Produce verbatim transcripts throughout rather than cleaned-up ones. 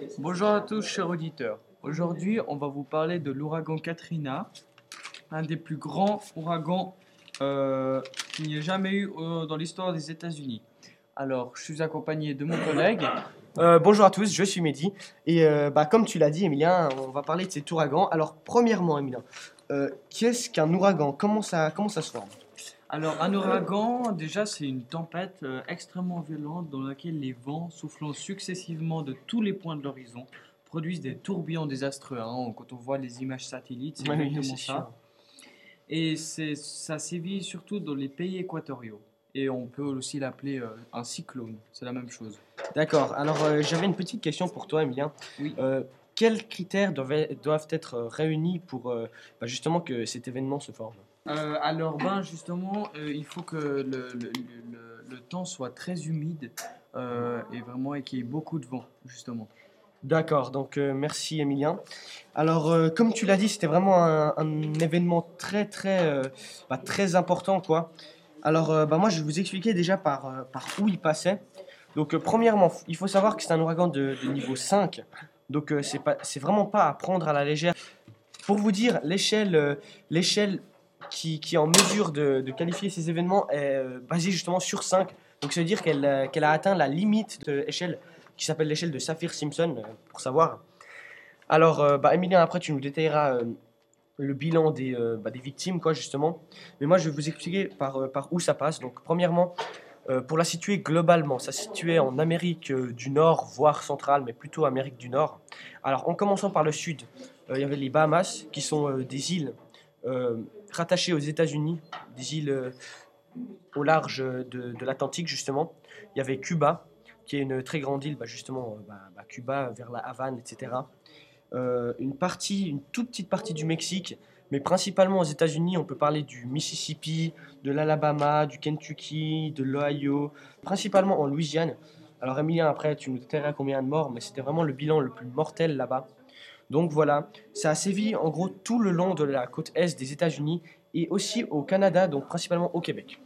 Bonjour à tous, chers auditeurs. Aujourd'hui, on va vous parler de l'ouragan Katrina, un des plus grands ouragans euh, qu'il n'y ait jamais eu euh, dans l'histoire des États-Unis. Alors, je suis accompagné de mon collègue. Euh, bonjour à tous, je suis Mehdi. Et euh, bah, comme tu l'as dit, Emilien, on va parler de cet ouragan. Alors, premièrement, Emilien, euh, qu'est-ce qu'un ouragan? Comment ça, comment ça se forme? Alors, un ouragan, déjà, c'est une tempête euh, extrêmement violente dans laquelle les vents, soufflant successivement de tous les points de l'horizon, produisent des tourbillons désastreux, hein. Quand on voit les images satellites, c'est Oui, oui, exactement c'est sûr. ça. Et c'est, ça sévit surtout dans les pays équatoriaux. Et on peut aussi l'appeler euh, un cyclone, c'est la même chose. D'accord. Alors, euh, j'avais une petite question pour toi, Emilien. Oui. Euh, quels critères doivent, doivent être euh, réunis pour euh, bah, justement que cet événement se forme? Euh, alors, ben, justement, euh, il faut que le, le- le- le- le temps soit très humide euh, et vraiment et qu'il y ait beaucoup de vent, justement. D'accord, donc euh, merci Emilien. Alors, euh, comme tu l'as dit, c'était vraiment un, un événement très, très, euh, bah, très important, quoi. Alors, euh, bah, moi, je vais vous expliquer déjà par, euh, par où il passait. Donc, euh, premièrement, il faut savoir que c'est un ouragan de, de niveau cinq. Donc, euh, c'est pas, c'est vraiment pas à prendre à la légère. Pour vous dire, l'échelle, euh, l'échelle qui, qui est en mesure de, de qualifier ces événements est euh, basée justement sur cinq. Donc, ça veut dire qu'elle euh, qu'elle a atteint la limite de l'échelle qui s'appelle l'échelle de Saphir-Simpson, euh, pour savoir. Alors, euh, bah, Emilien, après, tu nous détailleras euh, le bilan des, euh, bah, des victimes, quoi, justement. Mais moi, je vais vous expliquer par, euh, par où ça passe. Donc, premièrement, euh, pour la situer globalement, ça se situait en Amérique euh, du Nord, voire centrale, mais plutôt Amérique du Nord. Alors, en commençant par le sud, euh, il y avait les Bahamas, qui sont euh, des îles euh, rattachées aux États-Unis, des îles euh, au large de, de l'Atlantique, justement. Il y avait Cuba, qui est une très grande île, bah, justement, euh, bah, bah, Cuba vers la Havane, et cetera. Euh, une partie, une toute petite partie du Mexique, mais principalement aux États-Unis, on peut parler du Mississippi, de l'Alabama, du Kentucky, de l'Ohio, principalement en Louisiane. Alors Emilien, après, tu nous détailleras combien de morts, mais c'était vraiment le bilan le plus mortel là-bas. Donc voilà, ça a sévi en gros tout le long de la côte est des États-Unis et aussi au Canada, donc principalement au Québec.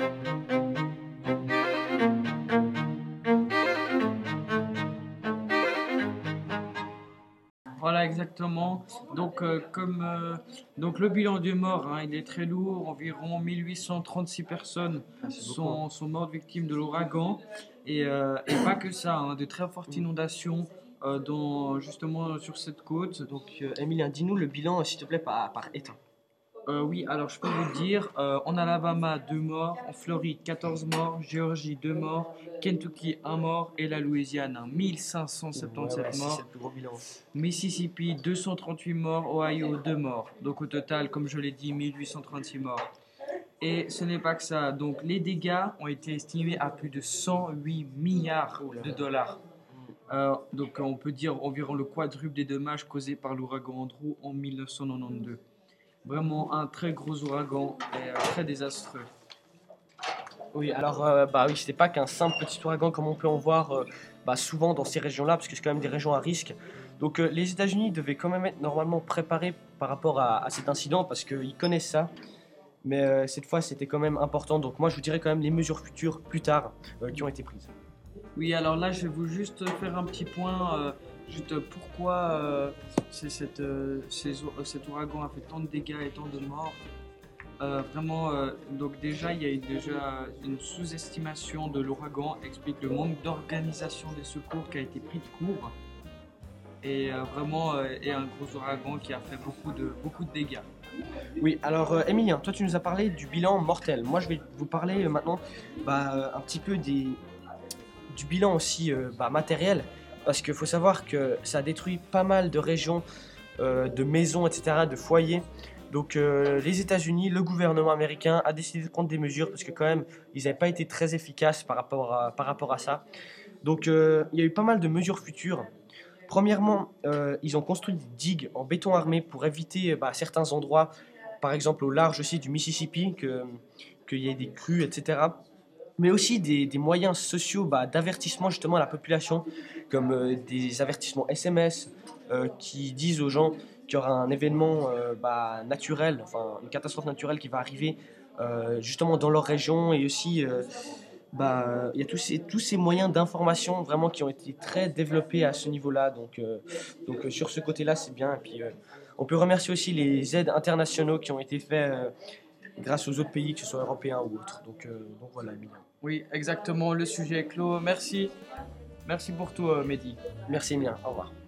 Voilà, exactement. Donc, euh, comme, euh, donc le bilan des morts, hein, il est très lourd. Environ mille huit cent trente-six personnes Ah, c'est beaucoup, hein. sont, sont mortes victimes de l'ouragan. Et, euh, et pas que ça, hein, de très fortes inondations euh, dans, justement sur cette côte. Donc euh, Emilien, dis-nous le bilan, s'il te plaît, par, par état. Euh, oui, alors je peux vous dire, euh, en Alabama, deux morts, en Floride, quatorze morts, Géorgie, deux morts, Kentucky, un mort, et la Louisiane, hein, Ouais, ouais, mille cinq cent soixante-dix-sept c'est c'est morts, le plus gros bilan. Mississippi, deux cent trente-huit morts, Ohio, deux morts. Donc au total, comme je l'ai dit, mille huit cent trente-six morts. Et ce n'est pas que ça, donc les dégâts ont été estimés à plus de cent huit milliards Oh là de là. dollars. Euh, donc on peut dire environ le quadruple des dommages causés par l'ouragan Andrew en mille neuf cent quatre-vingt-douze. Vraiment un très gros ouragan et euh, très désastreux. Oui, alors euh, bah oui, c'était pas qu'un simple petit ouragan comme on peut en voir euh, bah, souvent dans ces régions-là, parce que c'est quand même des régions à risque. Donc euh, les États-Unis devaient quand même être normalement préparés par rapport à, à cet incident, parce qu'ils connaissent ça. Mais euh, cette fois, c'était quand même important. Donc moi, je vous dirais quand même les mesures futures plus tard euh, qui ont été prises. Oui, alors là, je vais vous juste faire un petit point, euh, juste pourquoi euh, c'est cette, euh, ces our- cet ouragan a fait tant de dégâts et tant de morts. Euh, vraiment, euh, donc déjà, il y a eu déjà une sous-estimation de l'ouragan, explique le manque d'organisation des secours qui a été pris de court. Et euh, vraiment, euh, et un gros ouragan qui a fait beaucoup de, beaucoup de dégâts. Oui, alors euh, Emilien, toi tu nous as parlé du bilan mortel. Moi, je vais vous parler euh, maintenant bah, euh, un petit peu des, du bilan aussi euh, bah, matériel, parce qu'il faut savoir que ça a détruit pas mal de régions, euh, de maisons, et cetera, de foyers. Donc euh, les États-Unis, le gouvernement américain a décidé de prendre des mesures parce que quand même, ils n'avaient pas été très efficaces par rapport à, par rapport à ça. Donc euh, il y a eu pas mal de mesures futures. Premièrement, euh, ils ont construit des digues en béton armé pour éviter bah, certains endroits, par exemple au large aussi du Mississippi, que, qu'il y ait des crues, et cetera, mais aussi des, des moyens sociaux bah, d'avertissement justement à la population, comme euh, des avertissements S M S euh, qui disent aux gens qu'il y aura un événement euh, bah, naturel, enfin une catastrophe naturelle qui va arriver euh, justement dans leur région, et aussi euh, bah, il y a tous ces, tous ces moyens d'information vraiment qui ont été très développés à ce niveau-là. Donc, euh, donc euh, sur ce côté-là, c'est bien. Et puis, euh, on peut remercier aussi les aides internationaux qui ont été faits euh, grâce aux autres pays, que ce soit européens ou autres. Donc, euh, donc voilà, Emilien. Oui, exactement, le sujet est clos. Merci. Merci pour tout, euh, Mehdi. Merci Emilien, au revoir.